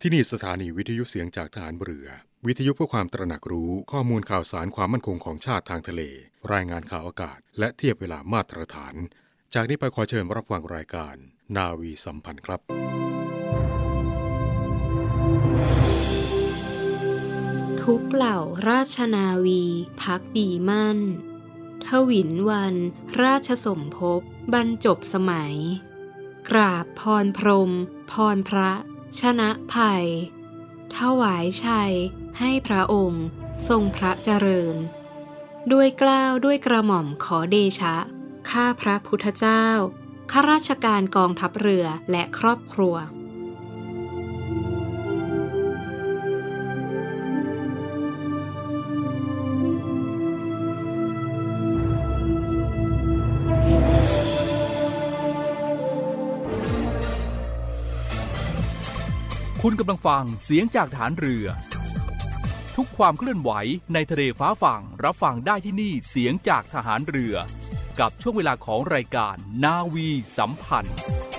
ที่นี่สถานีวิทยุเสียงจากทหารเรือวิทยุเพื่อความตระหนักรู้ข้อมูลข่าวสารความมั่นคงของชาติทางทะเลรายงานข่าวอากาศและเทียบเวลามาตรฐานจากนี้ไปขอเชิญรับฟังรายการนาวีสัมพันธ์ครับทุกเหล่าราชนาวีพักดีมั่นทวินวันราชสมภพบรรจบสมัยกราบพรพรหมพรพระชนะภัยถวายชัยให้พระองค์ทรงพระเจริญด้วยเกล้าด้วยกระหม่อมขอเดชะข้าพระพุทธเจ้าข้าราชการกองทัพเรือและครอบครัวคุณกำลังฟังเสียงจากฐานเรือทุกความเคลื่อนไหวในทะเลฟ้าฝั่งรับฟังได้ที่นี่เสียงจากทหารเรือกับช่วงเวลาของรายการนาวีสัมพันธ์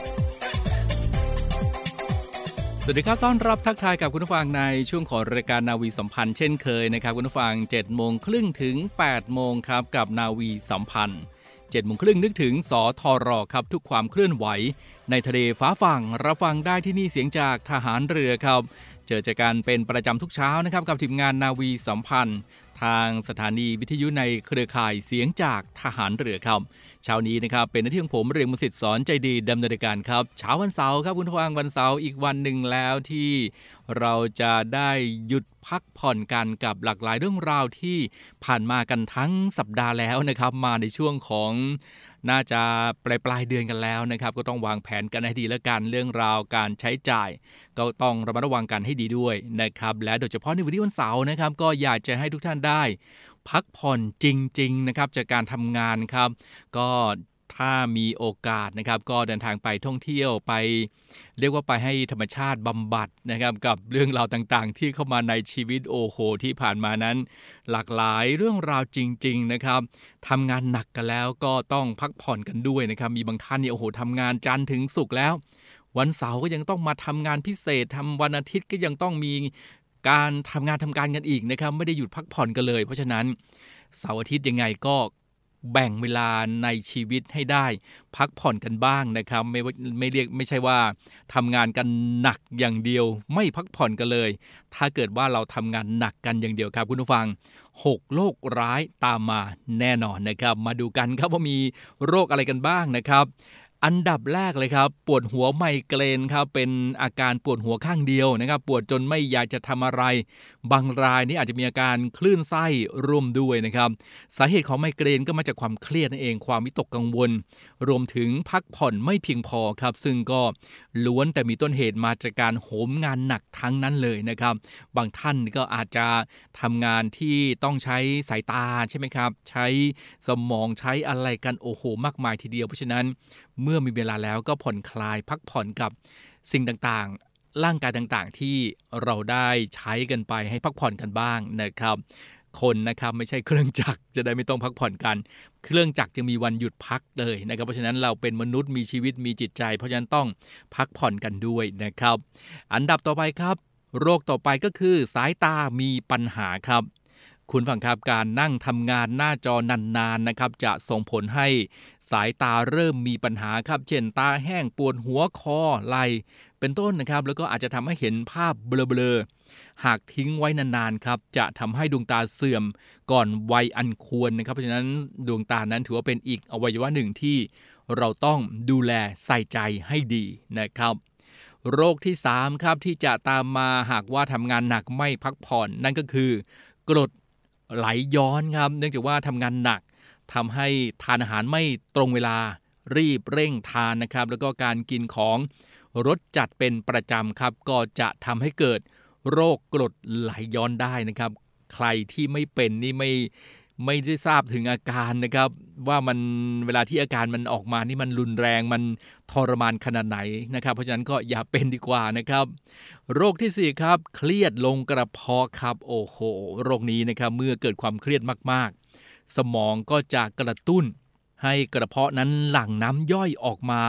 สวัสดีครับต้อนรับทักทายกับคุณผู้ฟังในช่วงของรายการนาวีสัมพันธ์เช่นเคยนะครับคุณผู้ฟัง 7:30 ถึง 8:00 ครับกับนาวีสัมพันธ์ 7:30 นึกถึงสทรครับทุกความเคลื่อนไหวในทะเลฟ้าฝั่งรับฟังได้ที่นี่เสียงจากทหารเรือครับเจอกันเป็นประจำทุกเช้านะครับกับทีมงานนาวีสัมพันธ์ทางสถานีวิทยุในเครือข่ายเสียงจากทหารเรือครับเช้านี้นะครับเป็นหน้าที่ของผมเรียงมุสิตสอนใจดีดำเนินรายการครับเช้าวันเสาร์ครับคุณผู้ฟังวันเสาร์อีกวันหนึ่งแล้วที่เราจะได้หยุดพักผ่อนกันกับหลากหลายเรื่องราวที่ผ่านมากันทั้งสัปดาห์แล้วนะครับมาในช่วงของน่าจะปลายเดือนกันแล้วนะครับก็ต้องวางแผนกันให้ดีแล้วกันเรื่องราวการใช้จ่ายก็ต้องระมัดระวังกันให้ดีด้วยนะครับและโดยเฉพาะในวันเสาร์นะครับก็อยากจะให้ทุกท่านได้พักผ่อนจริงๆนะครับจากการทำงานครับก็ถ้ามีโอกาสนะครับก็เดินทางไปท่องเที่ยวไปเรียกว่าไปให้ธรรมชาติบำบัดนะครับกับเรื่องราวต่างๆที่เข้ามาในชีวิตโอ้โหที่ผ่านมานั้นหลากหลายเรื่องราวจริงๆนะครับทำงานหนักกันแล้วก็ต้องพักผ่อนกันด้วยนะครับมีบางท่านเนี่ยโอ้โหทำงานจันทร์ถึงศุกร์แล้ววันเสาร์ก็ยังต้องมาทำงานพิเศษทำวันอาทิตย์ก็ยังต้องมีการทำการกันอีกนะครับไม่ได้หยุดพักผ่อนกันเลยเพราะฉะนั้นเสาร์อาทิตย์ยังไงก็แบ่งเวลาในชีวิตให้ได้พักผ่อนกันบ้างนะครับไม่ใช่ว่าทำงานกันหนักอย่างเดียวไม่พักผ่อนกันเลยถ้าเกิดว่าเราทำงานหนักกันอย่างเดียวครับคุณผู้ฟัง6โรคร้ายตามมาแน่นอนนะครับมาดูกันครับว่ามีโรคอะไรกันบ้างนะครับอันดับแรกเลยครับปวดหัวไมเกรนครับเป็นอาการปวดหัวข้างเดียวนะครับปวดจนไม่อยากจะทำอะไรบางรายนี่อาจจะมีอาการคลื่นไส้ร่วมด้วยนะครับสาเหตุของไมเกรนก็มาจากความเครียดนั่นเองความวิตกกังวลรวมถึงพักผ่อนไม่เพียงพอครับซึ่งก็ล้วนแต่มีต้นเหตุมาจากการโหมงานหนักทั้งนั้นเลยนะครับบางท่านก็อาจจะทำงานที่ต้องใช้สายตาใช่ไหมครับใช้สมองใช้อะไรกันโอ้โหมากมายทีเดียวเพราะฉะนั้นเมื่อมีเวลาแล้วก็ผ่อนคลายพักผ่อนกับสิ่งต่างๆร่างกายต่างๆที่เราได้ใช้กันไปให้พักผ่อนกันบ้างนะครับคนนะครับไม่ใช่เครื่องจักรจะได้ไม่ต้องพักผ่อนกันเครื่องจักรจะมีวันหยุดพักเลยนะครับเพราะฉะนั้นเราเป็นมนุษย์มีชีวิตมีจิตใจเพราะฉะนั้นต้องพักผ่อนกันด้วยนะครับอันดับต่อไปครับโรคต่อไปก็คือสายตามีปัญหาครับคุณฟังครับการนั่งทำงานหน้าจอนานๆนะครับจะส่งผลให้สายตาเริ่มมีปัญหาครับเช่นตาแห้งปวดหัวคอไหล่เป็นต้นนะครับแล้วก็อาจจะทำให้เห็นภาพเบลอๆหากทิ้งไว้นานๆครับจะทำให้ดวงตาเสื่อมก่อนวัยอันควรนะครับเพราะฉะนั้นดวงตานั้นถือว่าเป็นอีกอวัยวะหนึ่งที่เราต้องดูแลใส่ใจให้ดีนะครับโรคที่3ครับที่จะตามมาหากว่าทำงานหนักไม่พักผ่อนนั่นก็คือกรดไหลย้อนครับเนื่องจากว่าทำงานหนักทำให้ทานอาหารไม่ตรงเวลารีบเร่งทานนะครับแล้วก็การกินของรสจัดเป็นประจำครับก็จะทำให้เกิดโรคกรดไหลย้อนได้นะครับใครที่ไม่เป็นนี่ไม่ได้ทราบถึงอาการนะครับว่ามันเวลาที่อาการมันออกมานี่มันรุนแรงมันทรมานขนาดไหนนะครับเพราะฉะนั้นก็อย่าเป็นดีกว่านะครับโรคที่4ครับเครียดลงกระเพาะครับโอ้โหโรคนี้นะครับเมื่อเกิดความเครียดมากๆสมองก็จะกระตุ้นให้กระเพาะนั้นหลั่งน้ำย่อยออกมา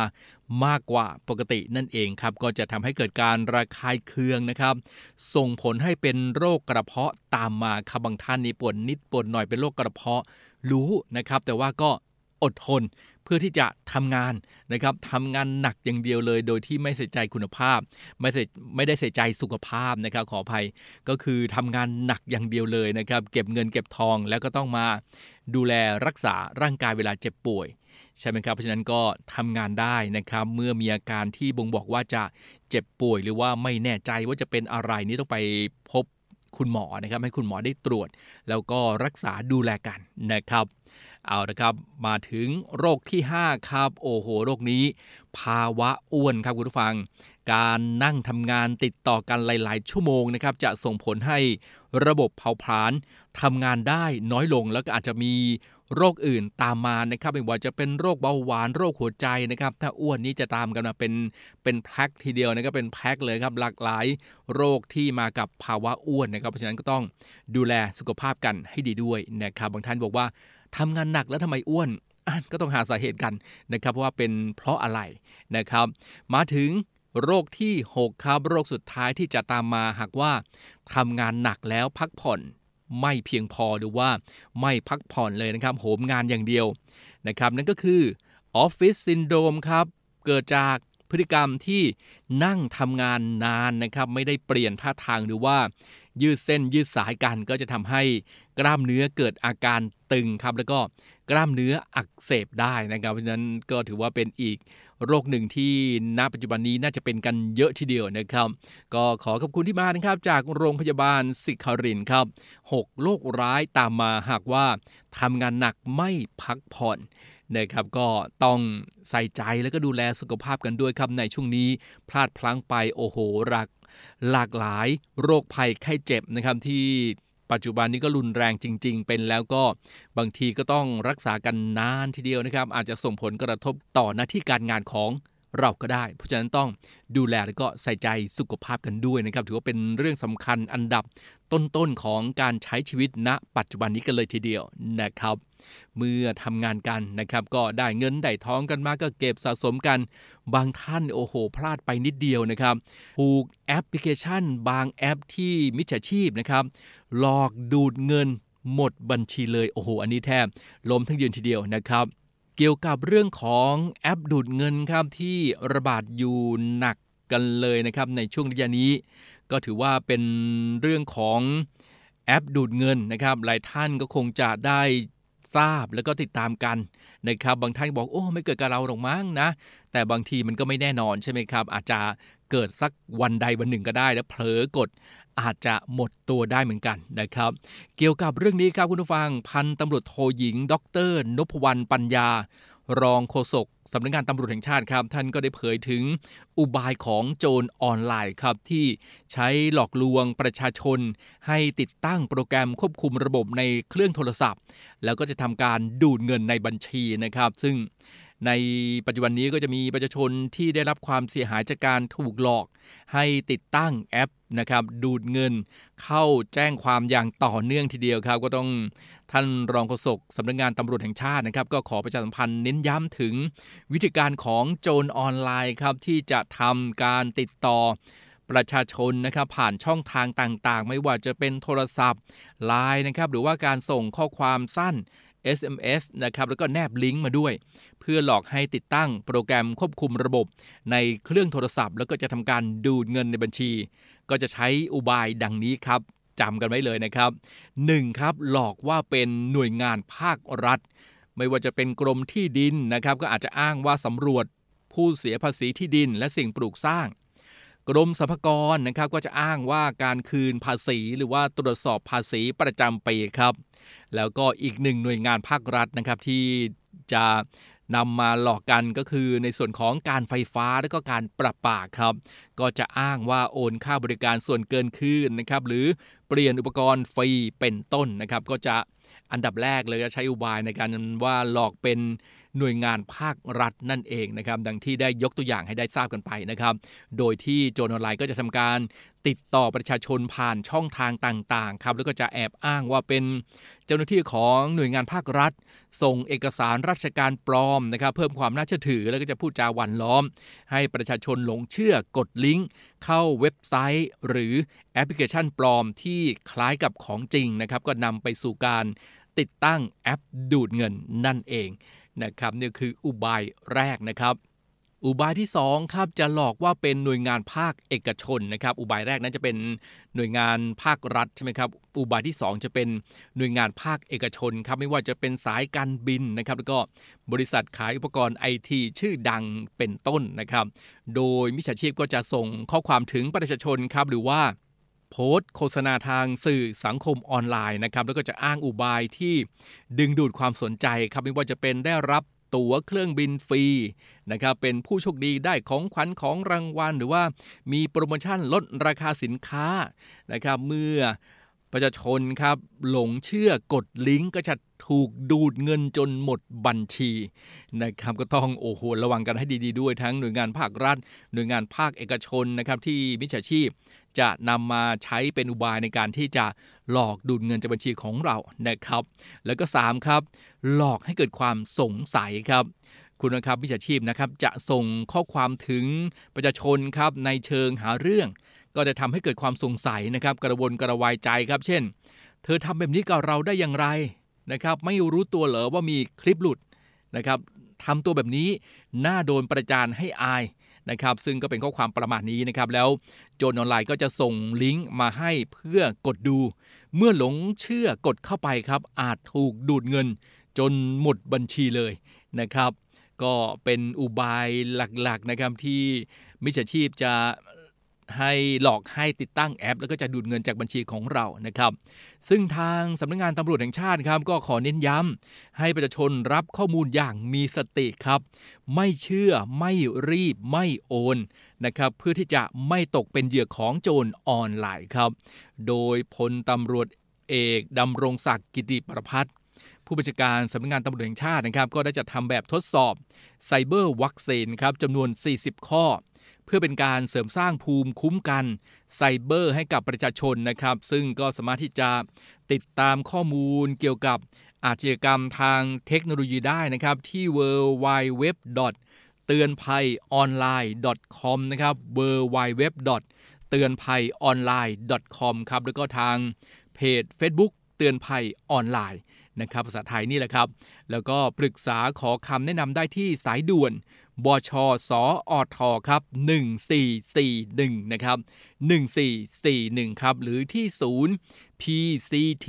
มากกว่าปกตินั่นเองครับก็จะทำให้เกิดการระคายเคืองนะครับส่งผลให้เป็นโรคกระเพาะตามมาครับบางท่านนี่ปวดนิดปวดหน่อยเป็นโรคกระเพาะรู้นะครับแต่ว่าก็อดทนเพื่อที่จะทำงานนะครับทำงานหนักอย่างเดียวเลยโดยที่ไม่ใส่ใจคุณภาพไม่ได้ใส่ใจสุขภาพนะครับขออภัยก็คือทำงานหนักอย่างเดียวเลยนะครับเก็บเงินเก็บทองแล้วก็ต้องมาดูแลรักษาร่างกายเวลาเจ็บป่วยใช่ไหมครับเพราะฉะนั้นก็ทำงานได้นะครับเมื่อมีอาการที่บ่งบอกว่าจะเจ็บป่วยหรือว่าไม่แน่ใจว่าจะเป็นอะไรนี่ต้องไปพบคุณหมอนะครับให้คุณหมอได้ตรวจแล้วก็รักษาดูแลกันนะครับเอาละครับมาถึงโรคที่5ครับโอ้โหโรคนี้ภาวะอ้วนครับคุณผู้ฟังการนั่งทำงานติดต่อกันหลายๆชั่วโมงนะครับจะส่งผลให้ระบบเผาผลาญทำงานได้น้อยลงแล้วก็อาจจะมีโรคอื่นตามมานะครับไม่ว่าจะเป็นโรคเบาหวานโรคหัวใจนะครับถ้าอ้วนนี้จะตามกันมาเป็นแพ็คทีเดียวนะครับเป็นแพ็คเลยครับหลากหลายโรคที่มากับภาวะอ้วนนะครับเพราะฉะนั้นก็ต้องดูแลสุขภาพกันให้ดีด้วยนะครับบางท่านบอกว่าทำงานหนักแล้วทำไมอ้วนก็ต้องหาสาเหตุกันนะครับเพราะว่าเป็นเพราะอะไรนะครับมาถึงโรคที่6ครับโรคสุดท้ายที่จะตามมาหากว่าทำงานหนักแล้วพักผ่อนไม่เพียงพอหรือว่าไม่พักผ่อนเลยนะครับโหมงานอย่างเดียวนะครับนั่นก็คือออฟฟิศซินโดรมครับเกิดจากพฤติกรรมที่นั่งทำงานนานนะครับไม่ได้เปลี่ยนท่าทางหรือว่ายืดเส้นยืดสายกันก็จะทำให้กล้ามเนื้อเกิดอาการตึงครับแล้วก็กล้ามเนื้ออักเสบได้นะครับเพราะฉะนั้นก็ถือว่าเป็นอีกโรคหนึ่งที่ณปัจจุบันนี้น่าจะเป็นกันเยอะทีเดียวนะครับก็ขอขอบคุณที่มานะครับจากโรงพยาบาลศิครินทร์ครับ6โรคร้ายตามมาหากว่าทำงานหนักไม่พักผ่อนนะครับก็ต้องใส่ใจแล้วก็ดูแลสุขภาพกันด้วยครับในช่วงนี้พลาดพลั้งไปโอ้โหหลากหลายโรคภัยไข้เจ็บนะครับที่ปัจจุบันนี้ก็รุนแรงจริงๆเป็นแล้วก็บางทีก็ต้องรักษากันนานทีเดียวนะครับอาจจะส่งผลกระทบต่อหน้าที่การงานของเราก็ได้เพราะฉะนั้นต้องดูแลและก็ใส่ใจสุขภาพกันด้วยนะครับถือว่าเป็นเรื่องสำคัญอันดับต้นๆของการใช้ชีวิตณปัจจุบันนี้กันเลยทีเดียวนะครับเมื่อทำงานกันนะครับก็ได้เงินได้ทองกันมาก็เก็บสะสมกันบางท่านโอ้โหพลาดไปนิดเดียวนะครับถูกแอปพลิเคชันบางแอปที่มิจฉาชีพนะครับหลอกดูดเงินหมดบัญชีเลยโอ้โหอันนี้แทบล้มทั้งยืนทีเดียวนะครับเกี่ยวกับเรื่องของแอปดูดเงินครับที่ระบาดอยู่หนักกันเลยนะครับในช่วงระยะนี้ก็ถือว่าเป็นเรื่องของแอปดูดเงินนะครับหลายท่านก็คงจะได้ทราบแล้วก็ติดตามกันนะครับบางท่านบอกโอ้ไม่เกิดกับเราหรอกมั้งนะแต่บางทีมันก็ไม่แน่นอนใช่ไหมครับอาจจะเกิดสักวันใดวันหนึ่งก็ได้แล้วเผลอกดอาจจะหมดตัวได้เหมือนกันนะครับเกี่ยวกับเรื่องนี้ครับคุณผู้ฟังพันตำรวจโทหญิงดร.นพวรรณปัญญารองโฆษกสำนักงานตำรวจแห่งชาติครับท่านก็ได้เผยถึงอุบายของโจรออนไลน์ครับที่ใช้หลอกลวงประชาชนให้ติดตั้งโปรแกรมควบคุมระบบในเครื่องโทรศัพท์แล้วก็จะทำการดูดเงินในบัญชีนะครับซึ่งในปัจจุบันนี้ก็จะมีประชาชนที่ได้รับความเสียหายจากการถูกหลอกให้ติดตั้งแอปนะครับดูดเงินเข้าแจ้งความอย่างต่อเนื่องทีเดียวครับก็ต้องท่านรองโฆษกสำนักงานตำรวจแห่งชาตินะครับก็ขอประชาสัมพันธ์เน้นย้ำถึงวิธีการของโจรออนไลน์ครับที่จะทำการติดต่อประชาชนนะครับผ่านช่องทางต่างๆไม่ว่าจะเป็นโทรศัพท์ LINE นะครับหรือว่าการส่งข้อความสั้น SMS นะครับแล้วก็แนบลิงก์มาด้วยเพื่อหลอกให้ติดตั้งโปรแกรมควบคุมระบบในเครื่องโทรศัพท์แล้วก็จะทำการดูดเงินในบัญชีก็จะใช้อุบายดังนี้ครับจำกันไว้เลยนะครับ 1. ครับหลอกว่าเป็นหน่วยงานภาครัฐไม่ว่าจะเป็นกรมที่ดินนะครับก็อาจจะอ้างว่าสำรวจผู้เสียภาษีที่ดินและสิ่งปลูกสร้างกรมสรรพากรนะครับก็จะอ้างว่าการคืนภาษีหรือว่าตรวจสอบภาษีประจำปีครับแล้วก็อีกหนึ่งหน่วยงานภาครัฐนะครับที่จะนำมาหลอกกันก็คือในส่วนของการไฟฟ้าและก็การประปาครับก็จะอ้างว่าโอนค่าบริการส่วนเกินคืนนะครับหรือเปลี่ยนอุปกรณ์ฟรีเป็นต้นนะครับก็จะอันดับแรกเลยจะใช้อุบายในการว่าหลอกเป็นหน่วยงานภาครัฐนั่นเองนะครับดังที่ได้ยกตัวอย่างให้ได้ทราบกันไปนะครับโดยที่โจรออนไลน์ก็จะทำการติดต่อประชาชนผ่านช่องทางต่างๆครับแล้วก็จะแอบอ้างว่าเป็นเจ้าหน้าที่ของหน่วยงานภาครัฐส่งเอกสารราชการปลอมนะครับเพิ่มความน่าเชื่อถือแล้วก็จะพูดจาหวานล้อมให้ประชาชนหลงเชื่อกดลิงก์เข้าเว็บไซต์หรือแอปพลิเคชันปลอมที่คล้ายกับของจริงนะครับก็นำไปสู่การติดตั้งแอปดูดเงินนั่นเองนะครับนี่คืออุบายแรกนะครับอุบายที่2ครับจะหลอกว่าเป็นหน่วยงานภาคเอกชนนะครับอุบายแรกนั้นจะเป็นหน่วยงานภาครัฐใช่ไหมครับอุบายที่2จะเป็นหน่วยงานภาคเอกชนครับไม่ว่าจะเป็นสายการบินนะครับแล้วก็บริษัทขายอุปกรณ์ITชื่อดังเป็นต้นนะครับโดยมิจฉาชีพก็จะส่งข้อความถึงประชาชนครับหรือว่าโพสต์โฆษณาทางสื่อสังคมออนไลน์นะครับแล้วก็จะอ้างอุบายที่ดึงดูดความสนใจครับไม่ว่าจะเป็นได้รับตั๋วเครื่องบินฟรีนะครับเป็นผู้โชคดีได้ของขวัญของรางวัลหรือว่ามีโปรโมชั่นลดราคาสินค้านะครับเมื่อประชาชนครับหลงเชื่อกดลิงก์ก็จะถูกดูดเงินจนหมดบัญชีนะครับก็ต้องระวังกันให้ดีๆด้วยทั้งหน่วยงานภาครัฐหน่วยงานภาคเอกชนนะครับที่มิจฉาชีพจะนำมาใช้เป็นอุบายในการที่จะหลอกดูดเงินจากบัญชีของเรานะครับแล้วก็3ครับหลอกให้เกิดความสงสัยครับคุณนะครับมิจฉาชีพนะครับจะส่งข้อความถึงประชาชนครับในเชิงหาเรื่องก็จะทำให้เกิดความสงสัยนะครับกระวนกระวายใจครับเช่นเธอทำแบบนี้กับเราได้อย่างไรนะครับไม่รู้ตัวเหรอว่ามีคลิปหลุดนะครับทำตัวแบบนี้น่าโดนประจานให้อายนะครับซึ่งก็เป็นข้อความประมาณนี้นะครับแล้วโจรออนไลน์ก็จะส่งลิงก์มาให้เพื่อกดดูเมื่อหลงเชื่อกดเข้าไปครับอาจถูกดูดเงินจนหมดบัญชีเลยนะครับก็เป็นอุบายหลักๆนะครับที่มิจฉาชีพจะให้หลอกให้ติดตั้งแอปแล้วก็จะดูดเงินจากบัญชีของเรานะครับซึ่งทางสำนักงานตำรวจแห่งชาติครับก็ขอเน้นย้ำให้ประชาชนรับข้อมูลอย่างมีสติครับไม่เชื่อไม่รีบไม่โอนนะครับเพื่อที่จะไม่ตกเป็นเหยื่อของโจรออนไลน์ครับโดยพลตำรวจเอกดำรงศักดิ์กิติประภัสผู้บัญชาการสำนักงานตำรวจแห่งชาตินะครับก็ได้จัดทำแบบทดสอบไซเบอร์วัคซีนครับจำนวน40ข้อเพื่อเป็นการเสริมสร้างภูมิคุ้มกันไซเบอร์ให้กับประชาชนนะครับซึ่งก็สามารถที่จะติดตามข้อมูลเกี่ยวกับอาชญากรรมทางเทคโนโลยีได้นะครับที่ www.เตือนภัยออนไลน์ .com นะครับ www.เตือนภัยออนไลน์ .com ครับแล้วก็ทางเพจ Facebook เตือนภัยออนไลน์นะครับภาษาไทยนี่แหละครับแล้วก็ปรึกษาขอคำแนะนำได้ที่สายด่วนบช.สอท.ครับ1441นะครับ1441ครับหรือที่ศูนย์ PCT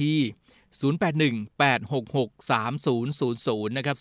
0818663000นะครับ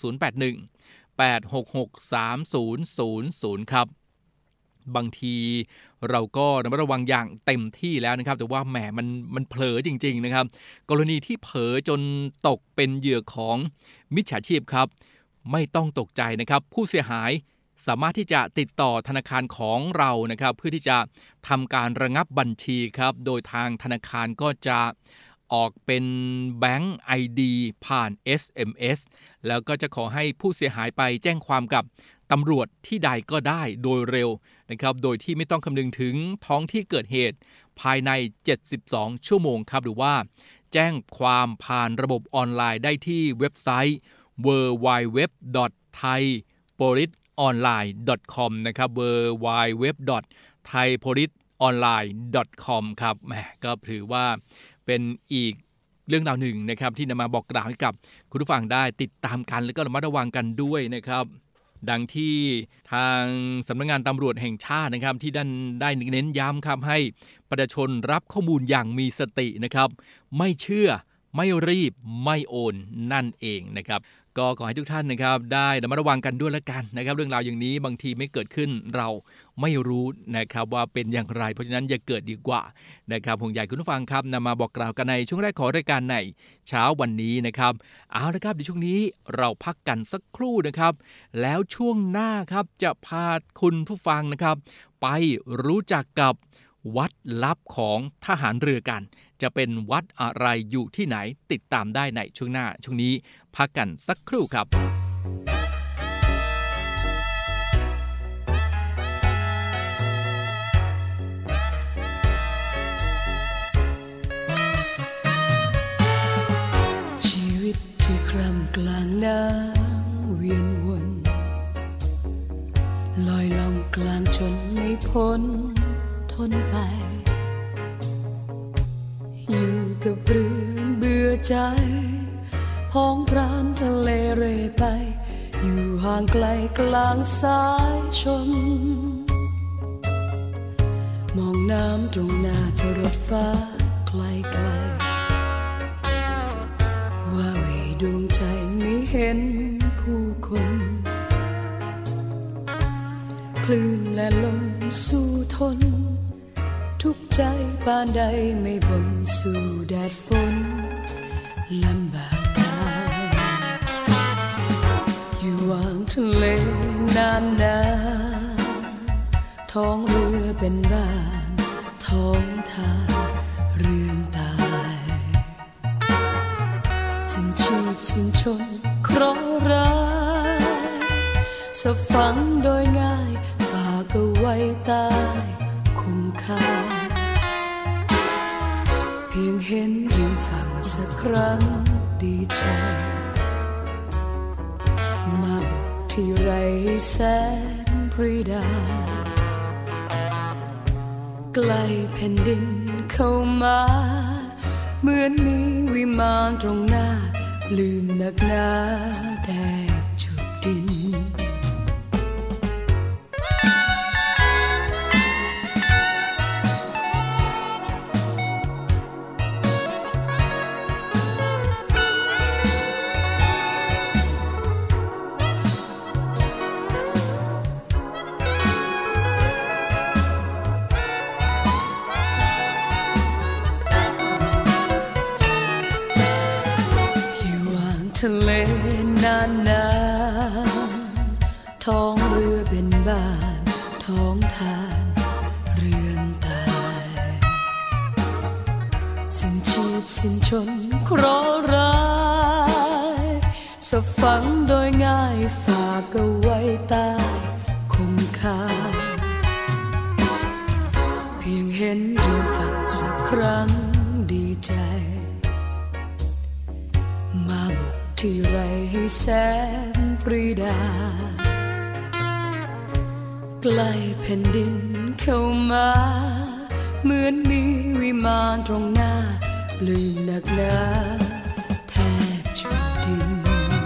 0818663000ครับบางทีเราก็ระมัดระวังอย่างเต็มที่แล้วนะครับแต่ว่าแหมมันเผลอจริงๆนะครับกรณีที่เผลอจนตกเป็นเหยื่อของมิจฉาชีพครับไม่ต้องตกใจนะครับผู้เสียหายสามารถที่จะติดต่อธนาคารของเรานะครับเพื่อที่จะทำการระงับบัญชีครับโดยทางธนาคารก็จะออกเป็นแบงก์ ID ผ่าน SMS แล้วก็จะขอให้ผู้เสียหายไปแจ้งความกับตำรวจที่ใดก็ได้โดยเร็วนะครับโดยที่ไม่ต้องคำนึงถึงท้องที่เกิดเหตุภายใน72ชั่วโมงครับหรือว่าแจ้งความผ่านระบบออนไลน์ได้ที่เว็บไซต์ www.thaipoliceonline.com นะครับ www.thaipoliceonline.com ครับแหมก็ถือว่าเป็นอีกเรื่องราวหนึ่งนะครับที่นำมาบอกกล่าวให้กับคุณผู้ฟังได้ติดตามกันแล้วก็ระมัดระวังกันด้วยนะครับดังที่ทางสำนักงานตำรวจแห่งชาตินะครับที่ได้เน้นย้ำครับให้ประชาชนรับข้อมูลอย่างมีสตินะครับไม่เชื่อไม่รีบไม่โอนนั่นเองนะครับก็ขอให้ทุกท่านนะครับได้ระมัดระวังกันด้วยละกันนะครับเรื่องราวอย่างนี้บางทีไม่เกิดขึ้นเราไม่รู้นะครับว่าเป็นอย่างไรเพราะฉะนั้นอย่าเกิดดีกว่านะครับห่วงใยคุณผู้ฟังครับนำมาบอกกล่าวกันในช่วงแรกของรายการในเช้าวันนี้นะครับเอาละครับเดี๋ยวช่วงนี้เราพักกันสักครู่นะครับแล้วช่วงหน้าครับจะพาคุณผู้ฟังนะครับไปรู้จักกับวัดลับของทหารเรือกันจะเป็นวัดอะไรอยู่ที่ไหนติดตามได้ในช่วงหน้าช่วงนี้พักกันสักครู่ครับกับเรื่องเบื่อใจพ้องพรานทะเลเร่ไปอยู่ห่างไกลกลางสายชนมองน้ำตรงหน้าเธอรถฟ้าไกลไกลว่าเวดวงใจไม่เห็นผู้คนคลื่นและลมสู้ทนทุกใจปานใดไม่บ่นสู่แดดฝนลำบากกายอยู่วางทะเลนานนาท้องเรือเป็นบ้านท้องทางเรือนตายสิ้นชีพสิ้นชนเคราะห์ร้ายสะฝังโดยง่ายฝากเอาไว้ใต้คงคาเพียงเห็นริมฝั่งสักครั้งดีใจมาบุกที่ไรแสนปรีดาใกล้แผ่นดินเข้ามาเหมือนมีวิมานตรงหน้าลืมหนักหนาแดดจูบดินทะเลนานนาท้องเรือเป็นบ้านท้องทานเรือนตายสิ้นชีพสิ้นชนเคราะห์ร้ายสะฝังโดยง่ายฝากเอาไว้ใต้คงคาเพียงเห็นริมฝั่งสักครั้งดีใจมาบุกที่ไรให้แสนปรีดาใกล้แผ่นดินเข้ามาเหมือนมีวิมานตรงหน้าลืมหนักหนาแทบจุดดิน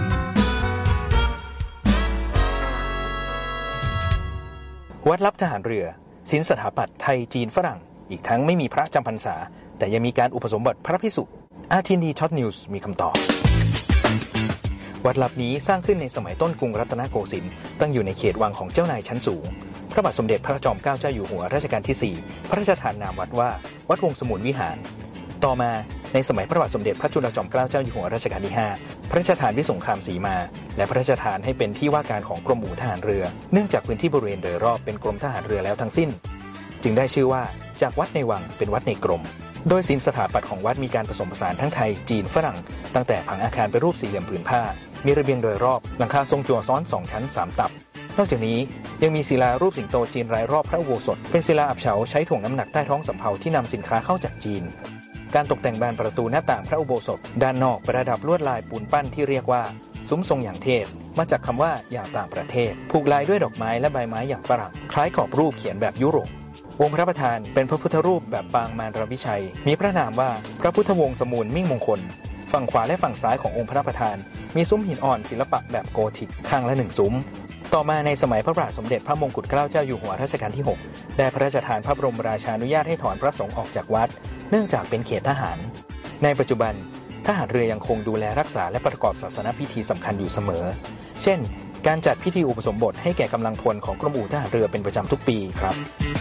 วัดลับทหารเรือศิลป์สถาปัตย์ไทยจีนฝรั่งอีกทั้งไม่มีพระจำพรรษาแต่ยังมีการอุปสมบทพระภิกษุRTDช็อตนิวส์มีคำตอบวัดลับนี้สร้างขึ้นในสมัยต้นกรุงรัตนโกสินทร์ตั้งอยู่ในเขตวังของเจ้านายชั้นสูงพระบาทสมเด็จพระจอมเกล้าเจ้าอยู่หัวรัชกาลที่4พระราชทานนามวัดว่าวัดวงสมุนวิหารต่อมาในสมัยพระบาทสมเด็จพระจุลจอมเกล้าเจ้าอยู่หัวรัชกาลที่5พระราชทานวิสงครามสีมาและพระราชทานให้เป็นที่ว่าการของกรมอู่ทหารเรือเนื่องจากพื้นที่บริเวณโดยรอบเป็นกรมทหารเรือแล้วทั้งสิ้นจึงได้ชื่อว่าจากวัดในวังเป็นวัดในกรมโดยศิลป์สถาปัตย์ของวัดมีการผสมผสานทั้งไทยจีนฝรั่งตั้งแต่ผังอาคารเป็นรูปสี่เหลี่ยมผืนผ้ามีระเบียงโดยรอบหลังคาทรงจั่วซ้อน2ชั้น3ตับนอกจากนี้ยังมีศิลารูปสิงโตจีนรายรอบพระอุโบสถเป็นศิลาอับเฉาใช้ถ่วงน้ำหนักใต้ท้องสำเภาที่นำสินค้าเข้าจากจีนการตกแต่งบานประตูหน้าต่างพระอุโบสถด้านนอกประดับลวดลายปูนปั้นที่เรียกว่าซุ้มทรงอย่างเทพมาจากคำว่าอย่างต่างประเทศผูกลายด้วยดอกไม้และใบไม้อย่างฝรั่งคล้ายขอบรูปเขียนแบบยุโรปองค์พระประธานเป็นพระพุทธรูปแบบปางมารวิชัยมีพระนามว่าพระพุทธวงศ์สมูลมิ่งมงคลฝั่งขวาและฝั่งซ้ายขององค์พระประธานมีซุ้มหินอ่อนศิลปะแบบโกธิกข้างละ1ซุ้มต่อมาในสมัยพระบาทสมเด็จพระมงกุฎเกล้าเจ้าอยู่หัวรัชกาลที่6ได้พระราชทานพระบรมราชานุญาตให้ถอนพระสงฆ์ออกจากวัดเนื่องจากเป็นเขตทหารในปัจจุบันทหารเรือยังคงดูแลรักษาและประกอบศาสนพิธีสำคัญอยู่เสมอเช่นการจัดพิธีอุปสมบทให้แก่กำลังพลของกรมอู่ทหารเรือเป็นประจำทุกปีครับ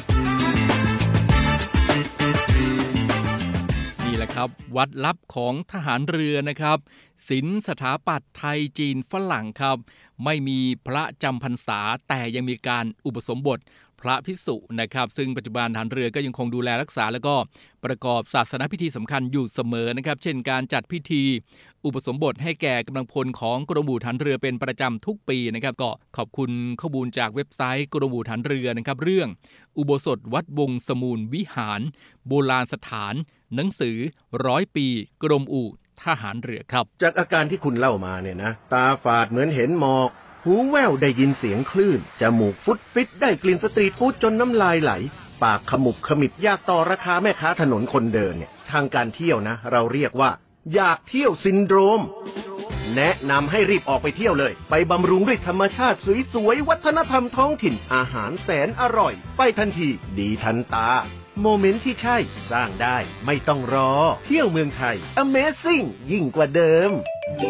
นี่แหละครับวัดลับของทหารเรือนะครับศิลป์สถาปัตย์ไทยจีนฝรั่งครับไม่มีพระจำพรรษาแต่ยังมีการอุปสมบทพระภิกษุนะครับซึ่งปัจจุบันทหารเรือก็ยังคงดูแลรักษาแล้วก็ประกอบศาสนพิธีสำคัญอยู่เสมอนะครับเช่นการจัดพิธีอุปสมบทให้แก่กำลังพลของกรมอู่ทหารเรือเป็นประจำทุกปีนะครับก็ขอบคุณข้อมูลจากเว็บไซต์กรมอู่ทหารเรือนะครับเรื่องอุโบสถวัดวงสมูลวิหารโบราณสถานหนังสือ100 ปีกรมอู่ทหารเรือครับจากอาการที่คุณเล่ามาเนี่ยนะตาฝาดเหมือนเห็นหมอกหูแว่วได้ยินเสียงคลื่นจมูกฟุดฟิตได้กลิ่นสตรีทฟู้ดจนน้ำลายไหลปากขมุบขมิบอยากต่อราคาแม่ค้าถนนคนเดินเนี่ยทางการเที่ยวนะเราเรียกว่าอยากเที่ยวซินโดรมแนะนำให้รีบออกไปเที่ยวเลยไปบำรุงด้วยธรรมชาติสวยๆวัฒนธรรมท้องถิ่นอาหารแสนอร่อยไปทันทีดีทันตาโมเมนต์ที่ใช่สร้างได้ไม่ต้องรอเที่ยวเมืองไทย Amazing ยิ่งกว่าเดิม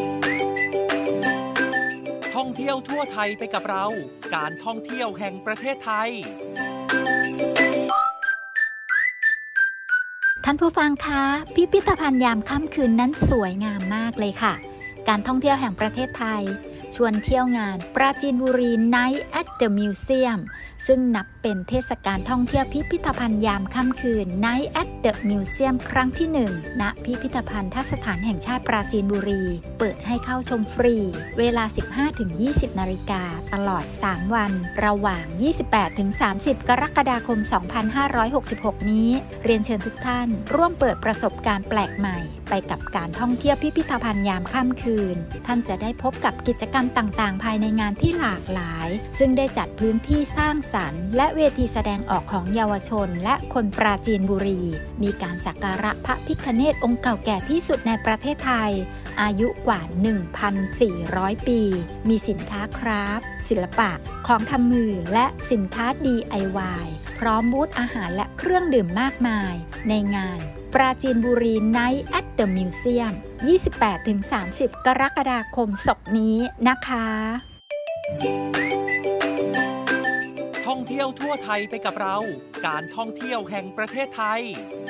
ท่องเที่ยวทั่วไทยไปกับเราการท่องเที่ยวแห่งประเทศไทยท่านผู้ฟังคะพิพิธภัณฑ์ยามค่ำคืนนั้นสวยงามมากเลยค่ะการท่องเที่ยวแห่งประเทศไทยชวนเที่ยวงานปราจีนบุรี Night at the Museum ซึ่งนับเป็นเทศกาลท่องเที่ยวพิพิธภัณฑ์ยามค่ำคืน Night at the Museum ครั้งที่ 1 ณ พิพิธภัณฑ์ทักษฐานแห่งชาติปราจีนบุรีเปิดให้เข้าชมฟรีเวลา 15-20 นาฬิกาตลอด 3 วันระหว่าง 28-30 กรกฎาคม 2566 นี้เรียนเชิญทุกท่านร่วมเปิดประสบการณ์แปลกใหม่ไปกับการท่องเที่ยวพิพิธภัณฑ์ยามค่ำคืนท่านจะได้พบกับกิจกรรมต่างๆภายในงานที่หลากหลายซึ่งได้จัดพื้นที่สร้างสรรค์และเวทีแสดงออกของเยาวชนและคนปราจีนบุรีมีการสักการะพระพิฆเนศองค์เก่าแก่ที่สุดในประเทศไทยอายุกว่า 1,400 ปีมีสินค้าคราฟต์ศิลปะของทำมือและสินค้า DIY พร้อมบูธอาหารและเครื่องดื่มมากมายในงานปราจีนบุรี Night at the Museum 28-30 กรกฎาคมศกนี้นะคะท่องเที่ยวทั่วไทยไปกับเราการท่องเที่ยวแห่งประเทศไทย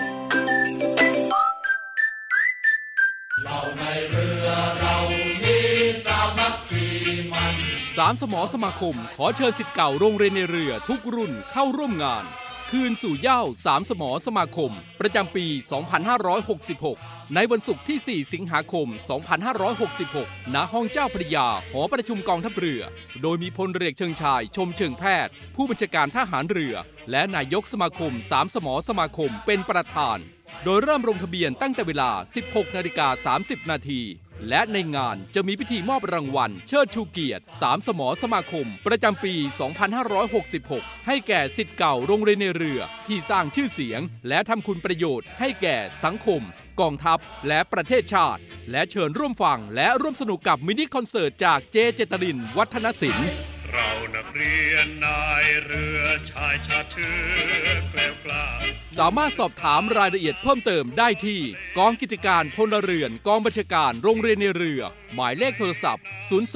เราในเรือเรานี้สามัคคีมัน 3 สมสมาคมขอเชิญศิษย์เก่าโรงเรียนในเรือทุกรุ่นเข้าร่วมงานคืนสู่เหย้า3 สมสมาคมประจำปี 2566 ในวันศุกร์ที่ 4 สิงหาคม 2566 ณ ห้องเจ้าพระยาหอประชุมกองทัพเรือโดยมีพลเรือเชิงชายชมเชิงแพทย์ผู้บัญชาการทหารเรือและนายกสมาคม3 สมสมาคมเป็นประธานโดยเริ่มลงทะเบียนตั้งแต่เวลา 16:30 นาทีและในงานจะมีพิธีมอบรางวัลเชิดชูเกียรติ3 สมสมาคมประจำปี 2566 ให้แก่ศิษย์เก่าโรงเรียนในเรือที่สร้างชื่อเสียงและทำคุณประโยชน์ให้แก่สังคมกองทัพและประเทศชาติและเชิญร่วมฟังและร่วมสนุกกับมินิคอนเสิร์ตจากเจเจตรินวัฒนศิลป์เรานักเรียนนายเรือชายชาติเชื้อแกล้วกล้าสามารถสอบถามรายละเอียดเพิ่มเติมได้ที่กองกิจการพลเรือนกองบัญชาการโรงเรียนในเรือหมายเลขโทรศัพท์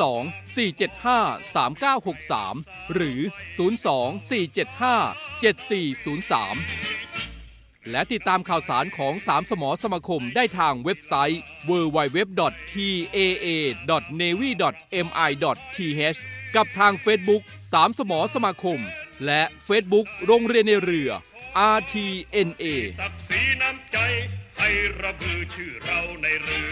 02-475-3963 หรือ 02-475-7403 และติดตามข่าวสารของ3 สมสมาคมได้ทางเว็บไซต์ www.taa.navy.mi.th กับทาง Facebook 3 สมสมาคมและ Facebook โรงเรียนในเรือ RTNA ศักดิ์ศรีน้ำใจให้ระบือชื่อเราในเรือ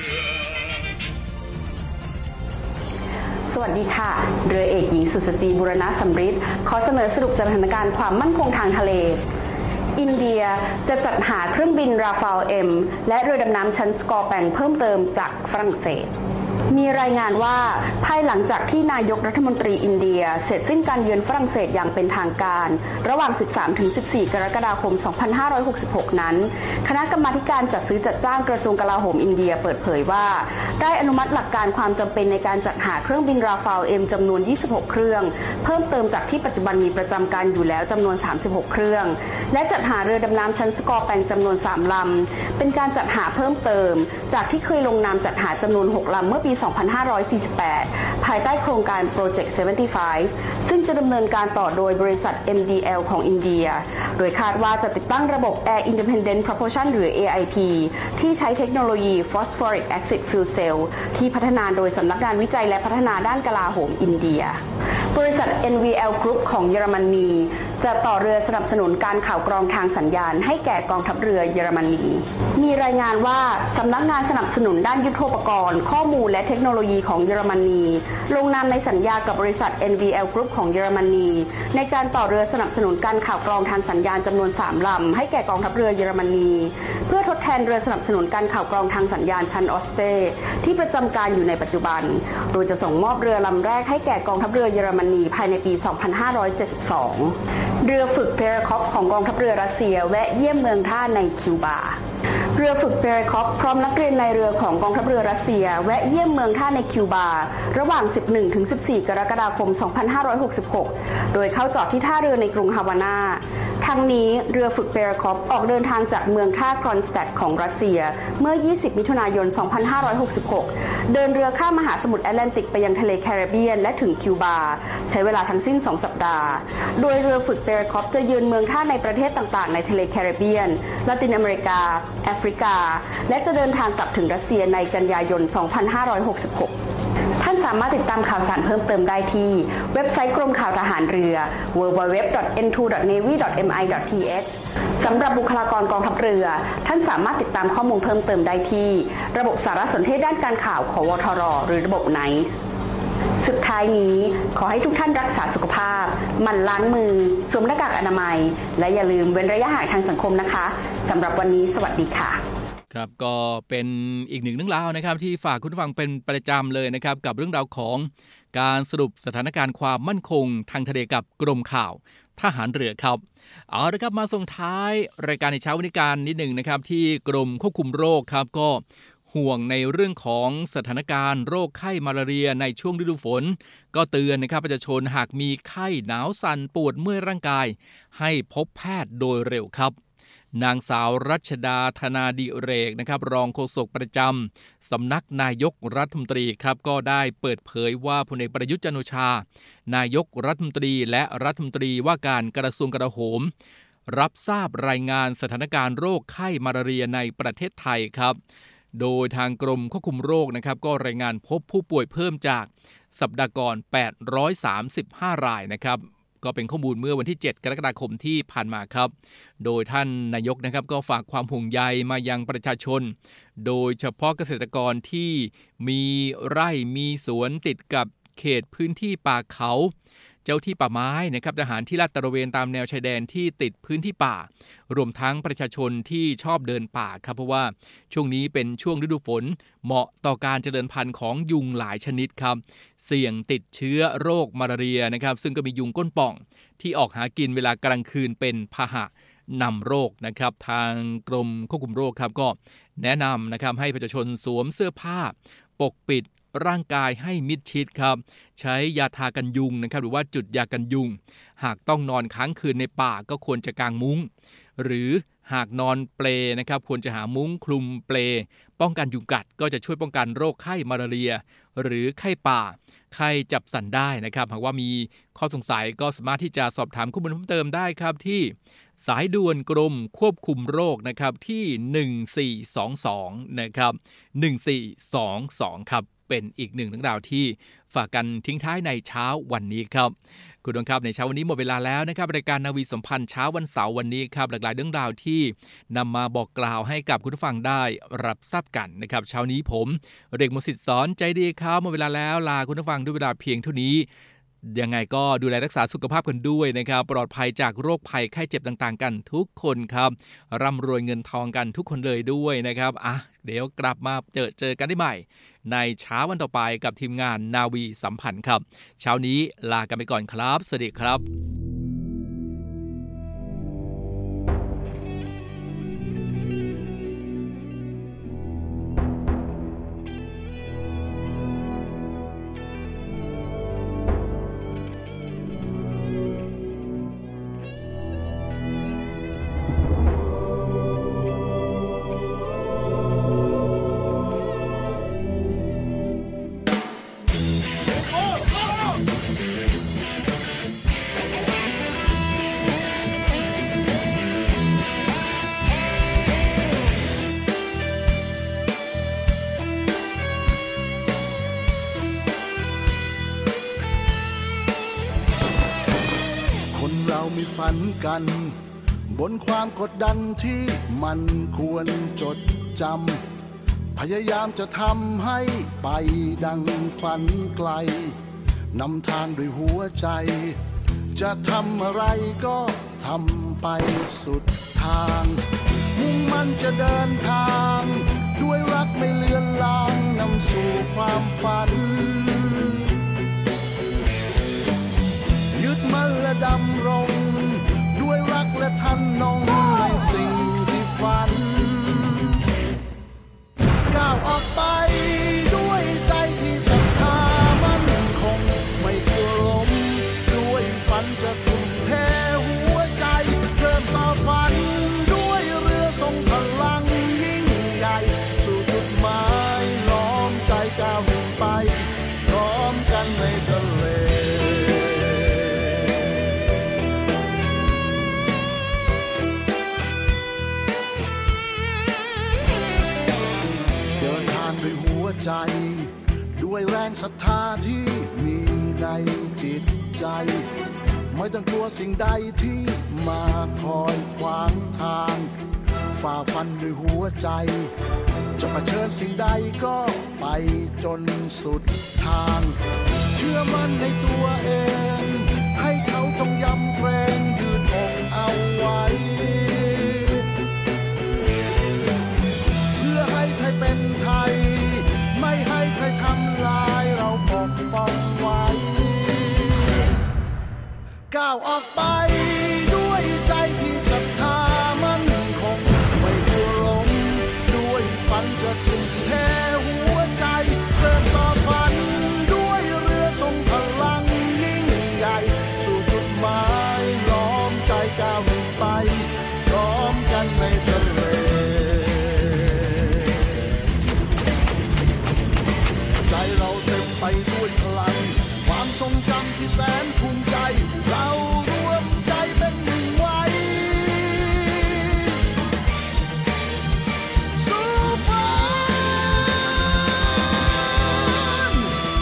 สวัสดีค่ะเรือเอกหญิงสุสตรีบุรณะสำริดขอเสนอสรุปสถานการณ์ความมั่นคงทางทะเลอินเดียจะจัดหาเครื่องบินราฟาล M และเรือดำน้ำชั้นสกอร์แปงเพิ่มเติมจากฝรั่งเศสมีรายงานว่าภายหลังจากที่นายกรัฐมนตรีอินเดียเสร็จสิ้นการเยือนฝรั่งเศสอย่างเป็นทางการระหว่าง 13-14 กรกฎาคม 2566 นั้นคณะกรรมาการจัดซื้อจัดจ้างกระทรวงกลาโหมอินเดียเปิดเผยว่าได้อนุมัติหลักการความจำเป็นในการจัดหาเครื่องบินราฟาล M จำนวน 26 เครื่องเพิ่มเติมจากที่ปัจจุบันมีประจำการอยู่แล้วจำนวน 36 เครื่องและจัดหาเรือดำน้ำชั้นสกอร์แปงจำนวน 3 ลำเป็นการจัดหาเพิ่มเติมจากที่เคยลงนามจัดหาจำนวน 6 ลำเมื่อปี 2548 ภายใต้โครงการ Project 75 ซึ่งจะดำเนินการต่อโดยบริษัท MDL ของอินเดียโดยคาดว่าจะติดตั้งระบบ Air Independent Propulsion หรือ AIP ที่ใช้เทคโนโลยี Phosphoric Acid Fuel Cell ที่พัฒนาโดยสำนักงานวิจัยและพัฒนาด้านกลาโหมอินเดียบริษัท NVL Group ของเยอรมนีจะต่อเรือสนับสนุนการข่าวกรองทางสัญญาณให้แก่กองทัพเรือเยอรมนีมีรายงานว่าสำนักงานสนับสนุนด้านยุทโธปกรณ์ข้อมูลและเทคโนโลยีของเยอรมนีลงนามในสัญญากับบริษัท NVL Group ของเยอรมนีในการต่อเรือสนับสนุนการข่าวกรองทางสัญญาณจำนวน 3 ลำให้แก่กองทัพเรือเยอรมนีเพื่อทดแทนเรือสนับสนุนการข่าวกรองทางสัญญาณชั้นออสเตที่ประจำการอยู่ในปัจจุบันโดยจะส่งมอบเรือลำแรกให้แก่กองทัพเรือเยอรมนีภายในปี 2572 เรือฝึกเพเรคอปของกองทัพเรือรัสเซียแวะเยี่ยมเมืองท่าในคิวบาเรือฝึกเพเรคอปพร้อมนักเรียนนายเรือของกองทัพเรือรัสเซียแวะเยี่ยมเมืองท่าในคิวบาระหว่าง 11-14 กรกฎาคม 2566 โดยเข้าจอดที่ท่าเรือในกรุงฮาวาน่าทั้งนี้เรือฝึกเพเรคอปออกเดินทางจากเมืองท่ากรอนสแตดของรัสเซียเมื่อ 20 มิถุนายน 2566 เดินเรือข้ามมหาสมุทรแอตแลนติกไปยังทะเลแคริบเบียนและถึงคิวบาใช้เวลาทั้งสิ้น 2 สัปดาห์โดยเรือฝึกเพเรคอปจะยืนเมืองท่าในประเทศต่างๆในทะเลแคริบเบียนละตินอเมริกาแอฟริกาและจะเดินทางกลับถึงรัสเซียในกันยายน 2566 ท่านสามารถติดตามข่าวสารเพิ่มเติมได้ที่เว็บไซต์กรมข่าวทหารเรือ www.n2.navy.mi.th สำหรับบุคลากรกองทัพเรือท่านสามารถติดตามข้อมูลเพิ่มเติมได้ที่ระบบสารสนเทศด้านการข่าวของวทร.หรือระบบ NICE สุดท้ายนี้ขอให้ทุกท่านรักษาสุขภาพหมั่นล้างมือสวมหน้ากากอนามัยและอย่าลืมเว้นระยะห่างทางสังคมนะคะสำหรับวันนี้สวัสดีค่ะครับก็เป็นอีกหนึ่งเรื่องราวนะครับที่ฝากคุณผู้ฟังเป็นประจำเลยนะครับกับเรื่องราวของการสรุปสถานการณ์ความมั่นคงทางทะเลกับกรมข่าวทหารเรือครับเอาละครับมาส่งท้ายรายการในเช้าวันนี้กันนิดหนึ่งนะครับที่กรมควบคุมโรคครับก็ห่วงในเรื่องของสถานการณ์โรคไข้มาลาเรียในช่วงฤดูฝนก็เตือนนะครับประชาชนหากมีไข้หนาวสั่นปวดเมื่อยร่างกายให้พบแพทย์โดยเร็วครับนางสาวรัชดาธนาดิเรกนะครับรองโฆษกประจำสำนักนายกรัฐมนตรีครับก็ได้เปิดเผยว่าพลเอกประยุทธ์จันทร์โอชานายกรัฐมนตรีและรัฐมนตรีว่าการกระทรวงกลาโหมรับทราบรายงานสถานการณ์โรคไข้มาลาเรียในประเทศไทยครับโดยทางกรมควบคุมโรคนะครับก็รายงานพบผู้ป่วยเพิ่มจากสัปดาห์ก่อน835รายนะครับก็เป็นข้อมูลเมื่อวันที่7กรกฎาคมที่ผ่านมาครับโดยท่านนายกนะครับก็ฝากความห่วงใยมายังประชาชนโดยเฉพาะเกษตรกรที่มีไร่มีสวนติดกับเขตพื้นที่ป่าเขาเจ้าที่ป่าไม้นะครับทหารที่ลาดตระเวนตามแนวชายแดนที่ติดพื้นที่ป่ารวมทั้งประชาชนที่ชอบเดินป่าครับเพราะว่าช่วงนี้เป็นช่วงฤดูฝนเหมาะต่อการเจริญพันธุ์ของยุงหลายชนิดครับเสี่ยงติดเชื้อโรคมาลาเรียนะครับซึ่งก็มียุงก้นป่องที่ออกหากินเวลากลางคืนเป็นพาหะนำโรคนะครับทางกรมควบคุมโรคครับก็แนะนำนะครับให้ประชาชนสวมเสื้อผ้าปกปิดร่างกายให้มิดชิดครับใช้ยาทากันยุงนะครับหรือว่าจุดยากันยุงหากต้องนอนค้างคืนในป่าก็ควรจะกางมุ้งหรือหากนอนเปลนะครับควรจะหามุ้งคลุมเปลป้องกันยุงกัดก็จะช่วยป้องกันโรคไข้มาลาเรียหรือไข้ป่าไข้จับสันได้นะครับหากว่ามีข้อสงสัยก็สามารถที่จะสอบถามข้อมูลเพิ่มเติมได้ครับที่สายด่วนกรมควบคุมโรคนะครับที่1422นะครับ1422ครับเป็นอีกหนึ่งเรื่องราวที่ฝากกันทิ้งท้ายในเช้าวันนี้ครับคุณผู้ชมครับในเช้าวันนี้หมดเวลาแล้วนะครับรายการนาวีสัมพันธ์เช้าวันเสาร์วันนี้ครับหลากหลายเรื่องราวที่นำมาบอกกล่าวให้กับคุณผู้ฟังได้รับทราบกันนะครับเช้านี้ผมเรกมศิษย์สอนใจดีครับหมดเวลาแล้วลาคุณผู้ฟังด้วยเวลาเพียงเท่านี้ยังไงก็ดูแลรักษาสุขภาพกันด้วยนะครับปลอดภัยจากโรคภัยไข้เจ็บต่างๆกันทุกคนครับร่ำรวยเงินทองกันทุกคนเลยด้วยนะครับเดี๋ยวกลับมาเจอกันได้ใหม่ในเช้าวันต่อไปกับทีมงานนาวีสัมพันธ์ครับเช้านี้ลากันไปก่อนครับสวัสดีครับฝันกันบนความกดดันที่มันควรจดจำพยายามจะทำให้ไปดังฝันไกลนำทางด้วยหัวใจจะทำอะไรก็ทำไปสุดทางมุ่งมั่นจะเดินทางด้วยรักไม่เลือนลางนำสู่ความฝันยึดมั่นและดำรงและทันนงในสิ่งที่ฝันก้าวออกไปด้วยใจที่ศรัทธามั่นคงไม่กลัวล้มด้วยฝันจะทุ่มเทหัวใจเดินต่อฝันด้วยเรือทรงพลังยิ่งใหญ่สู่จุดหมายล้อมใจก้าวไปพร้อมกันในทะเลเดินทางด้วยหัวใจด้วยแรงศรัทธาที่มีในจิตใจไม่ต้องกลัวสิ่งใดที่มาคอยขวางทางฝ่าฟันด้วยหัวใจจะเผชิญสิ่งใดก็ไปจนสุดทางเชื่อมั่นในตัวเองให้เขาต้องยำเกรงยืดอกเอาไว้เพื่อให้ไทยเป็นไทยไม่ให้ใครทำลายเราปกป้องไว้ก้าวออกไปด้วยใจที่ศรัทธามั่นคงไม่กลัวล้มด้วยฝันจะทุ่มเทหัวใจเดินต่อฝันด้วยเรือทรงพลังยิ่งใหญ่สู่จุดหมายล้อมใจก้าวไปพร้อมกันในทะเลใจเราเต็มไปด้วยพลังความทรงจำที่แสนภูมิใจเรารวมใจเป็นหนึ่งไว้สู้ฝัน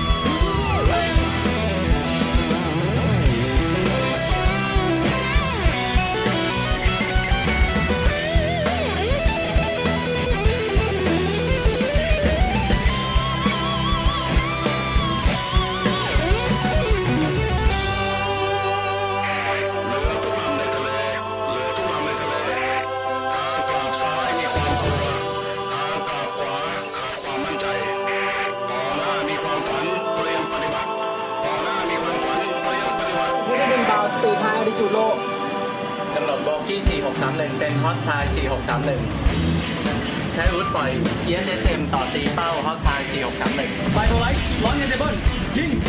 กำหนดโบกี้ 4631 เป็นฮอตไทย 4631 ใช้อาวุธปล่อย ESSM ต่อตีเป้าฮอตไทย 4631 ไฟโทรไลท์ร้อนเงินเดเบิลยิง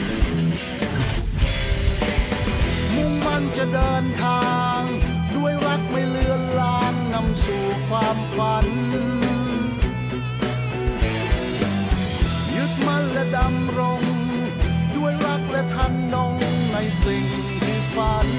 มุ่งมั่นจะเดินทางด้วยรักไม่เลือนลางนำสู่ความฝันยึดมั่นและดำรงด้วยรักและทันนงในสิ่งที่ฝัน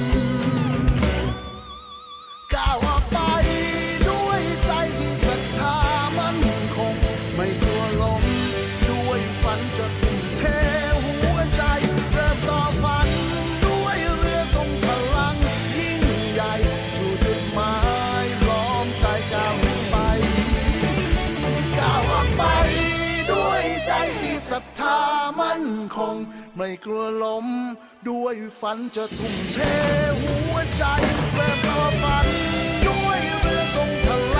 ก้าวออกไปด้วยใจที่ศรัทธามั่นคงไม่กลัวล้มด้วยฝันจะทุ่มเทหัวใจเริ่มต่อฝันด้วยเรือทรงพลังยิ่งใหญ่สู่จุดหมายล้อมใจก้าวไปก้าวออกไปด้วยใจที่ศรัทธามั่นคงไม่กลัวล้มด้วยฝันจะทุ่มเทหัวใจเริ่มต่อฝันด้วยเรือทรงพลัง